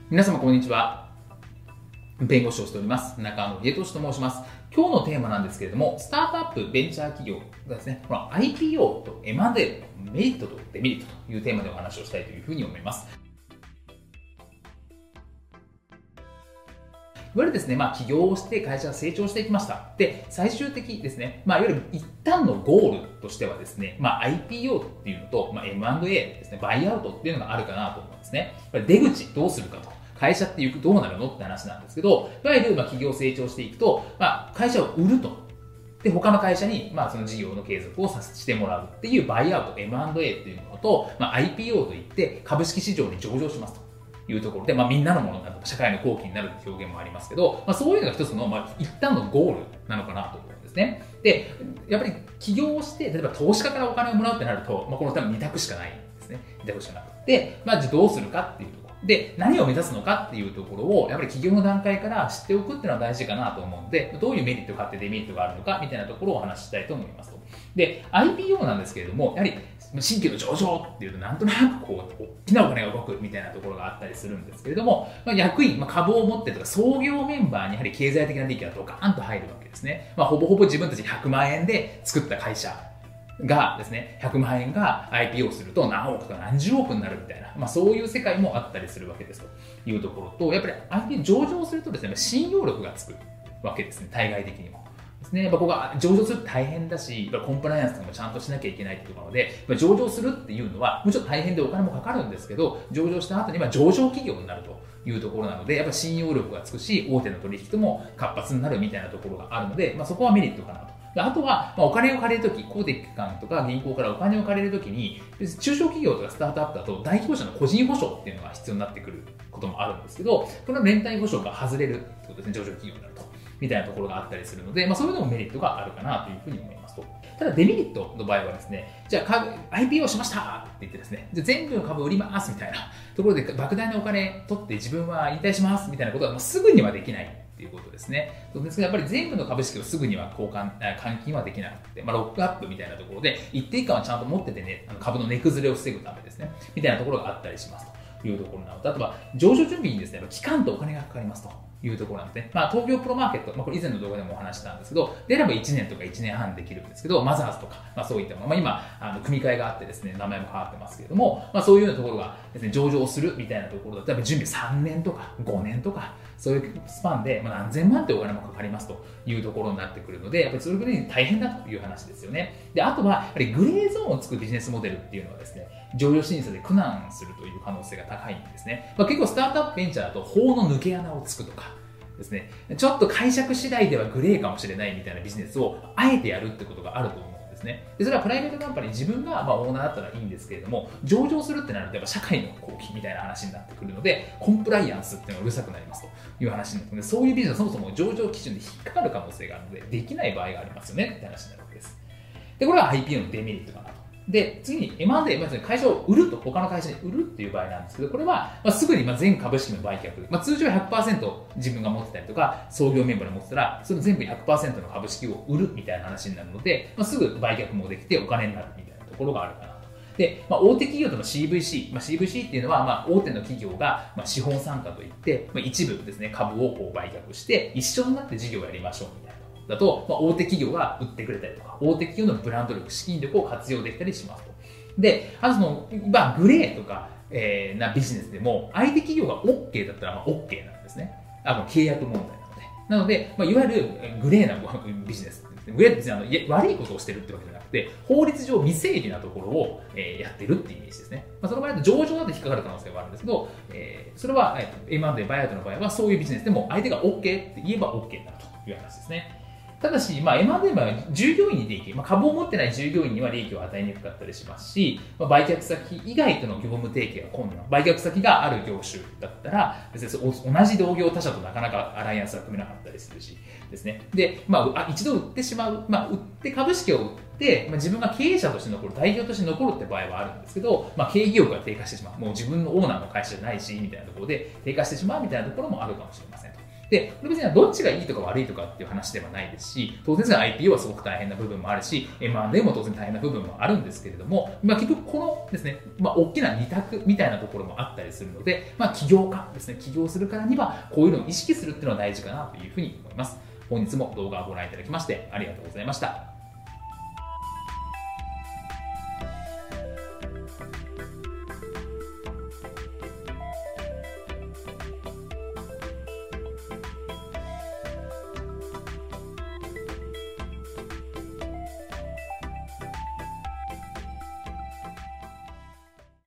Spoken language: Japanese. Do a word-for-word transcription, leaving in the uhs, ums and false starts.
皆様こんにちは。弁護士をしております中野秀俊と申します。今日のテーマなんですけれども、スタートアップベンチャー企業がですね、この アイピーオー と エムアンドエー のメリットとデメリットというテーマでお話をしたいというふうに思います。いわゆるですね、まあ、起業をして会社が成長していきました。で、最終的ですね、まあ、いわゆる一旦のゴールとしてはですね、まあ、アイピーオー っていうのと、まあ、エムアンドエー ですね、バイアウトっていうのがあるかなと思うんですね。これ出口どうするかと。会社っていうどうなるのって話なんですけど、いわゆるまあ企業成長していくと、まあ、会社を売ると。で、他の会社にまあその事業の継続をさせてもらうっていうバイアウト、エムアンドエー っていうものと、まあ、アイピーオー といって株式市場に上場しますというところで、まあ、みんなのものになる、社会の貢献になるという表現もありますけど、まあ、そういうのが一つの、まあ、一旦のゴールなのかなと思うんですね。で、やっぱり起業をして、例えば投資家からお金をもらうってなると、まあ、この多分二択しかないんですね。二択しかなくて、まあ、じゃあどうするかっていうところ。で、何を目指すのかっていうところを、やっぱり企業の段階から知っておくっていうのは大事かなと思うので、どういうメリットがあってデメリットがあるのかみたいなところをお話ししたいと思いますと。で、アイピーオー なんですけれども、やはり新規の上場っていうとなんとなくこう、大きなお金が動くみたいなところがあったりするんですけれども、まあ、役員、まあ、株を持ってとか創業メンバーにやはり経済的な利益がドカーンと入るわけですね。まあ、ほぼほぼ自分たちひゃくまんえんで作った会社がですね、ひゃくまんえんが アイピーオー すると何億とか何十億になるみたいな、まあ、そういう世界もあったりするわけですというところと、やっぱり アイピーオー 上場するとですね、信用力がつくわけですね、対外的にも。ですね、やっぱここが上場すると大変だし、コンプライアンスとかもちゃんとしなきゃいけないっていうところで、上場するっていうのはもちろん大変でお金もかかるんですけど、上場した後には上場企業になるというところなので、やっぱ信用力がつくし、大手の取引とも活発になるみたいなところがあるので、まあ、そこはメリットかなと。あとは、まあ、お金を借りるとき、公的機関とか銀行からお金を借りるときに、中小企業とかスタートアップだと代表者の個人保証っていうのが必要になってくることもあるんですけど、この連帯保証が外れるってことですね、上場企業になると。みたいなところがあったりするので、まあ、そういうのもメリットがあるかなというふうに思いますと。ただデメリットの場合はですね、じゃあ株 アイピーオー しましたって言ってですね、じゃあ全部の株を売りますみたいなところで莫大なお金取って自分は引退しますみたいなことはもうすぐにはできないっていうことですね。そうですけどやっぱり全部の株式をすぐには交換、換金はできなくて、まあ、ロックアップみたいなところで一定期間はちゃんと持っててね、あの株の値崩れを防ぐためですね、みたいなところがあったりしますというところなので、あとは上場準備にですね、期間とお金がかかりますと。いうところなんですね。まあ、東京プロマーケット、まあ、これ以前の動画でもお話したんですけど、であればいちねんとかいちねんはんできるんですけど、マザーズとか、まあ、そういったもの、まあ、今、あの組み替えがあってですね、名前も変わってますけれども、まあ、そういうようなところがですね、上場するみたいなところだと、やっぱ準備さんねんとかごねんとか、そういうスパンで、まあ、何千万ってお金もかかりますというところになってくるので、やっぱりそれぐらい大変だという話ですよね。で、あとは、やっぱりグレーゾーンを作るビジネスモデルっていうのはですね、上場審査で苦難するという可能性が高いんですね。まあ、結構スタートアップベンチャーだと法の抜け穴をつくとか、ですね、ちょっと解釈次第ではグレーかもしれないみたいなビジネスをあえてやるってことがあると思うんですね。でそれはプライベートカンパニー自分がまあオーナーだったらいいんですけれども、上場するってなるとやっぱ社会の貢献みたいな話になってくるので、コンプライアンスっていうのがうるさくなりますという話になってくるので、そういうビジネスはそもそも上場基準で引っかかる可能性があるので、できない場合がありますよねって話になるわけです。で、これは アイピーオー のデメリットかなと。で、次に エムアンドエー、まず会社を売ると、他の会社に売るっていう場合なんですけど、これは、まあ、すぐにまあ全株式の売却、まあ、通常 ひゃくパーセント 自分が持ってたりとか、創業メンバーが持ってたら、その全部 ひゃくパーセント の株式を売るみたいな話になるので、まあ、すぐ売却もできてお金になるみたいなところがあるかなと。で、まあ、大手企業との シーブイシー、まあ、シーブイシー っていうのは、まあ、大手の企業が、まあ、資本参加といって、まあ、一部ですね、株をこう売却して、一緒になって事業をやりましょうみたいな。だと、まあ、大手企業が売ってくれたりとか、大手企業のブランド力、資金力を活用できたりしますと。で、あとその、まあ、グレーとか、えー、なビジネスでも、相手企業が OK だったら、まあ、OK なんですね。あの契約問題なので。なので、まあ、いわゆるグレーなビジネス。グレーって別にあの悪いことをしてるってわけじゃなくて、法律上未整理なところを、えー、やってるっていうイメージですね。まあ、その場合だと上場だと引っかかる可能性はあるんですけど、えー、それは、えー、エムアンドエー バイアウトの場合は、そういうビジネスでも相手が OK って言えば OK になるという話ですね。ただし、まあ、エムアンドエー の場合は従業員に利益、まあ、株を持ってない従業員には利益を与えにくかったりしますし、まあ、売却先以外との業務提携が困難、売却先がある業種だったら、別に同じ同業他社となかなかアライアンスが組めなかったりするしですね。で、まあ、一度売ってしまう、まあ、売って株式を売って、まあ、自分が経営者として残る、代表として残るって場合はあるんですけど、まあ、経営意欲が低下してしまう、もう自分のオーナーの会社じゃないし、みたいなところで低下してしまうみたいなところもあるかもしれませんと。 で、これ別にどっちがいいとか悪いとかっていう話ではないですし、当然 アイピーオー はすごく大変な部分もあるし、エムアンドエー も当然大変な部分もあるんですけれども、まあ、結局このですね、まあ、大きな二択みたいなところもあったりするので、まあ、起業家ですね、起業するからにはこういうのを意識するっていうのは大事かなというふうに思います。本日も動画をご覧いただきましてありがとうございました。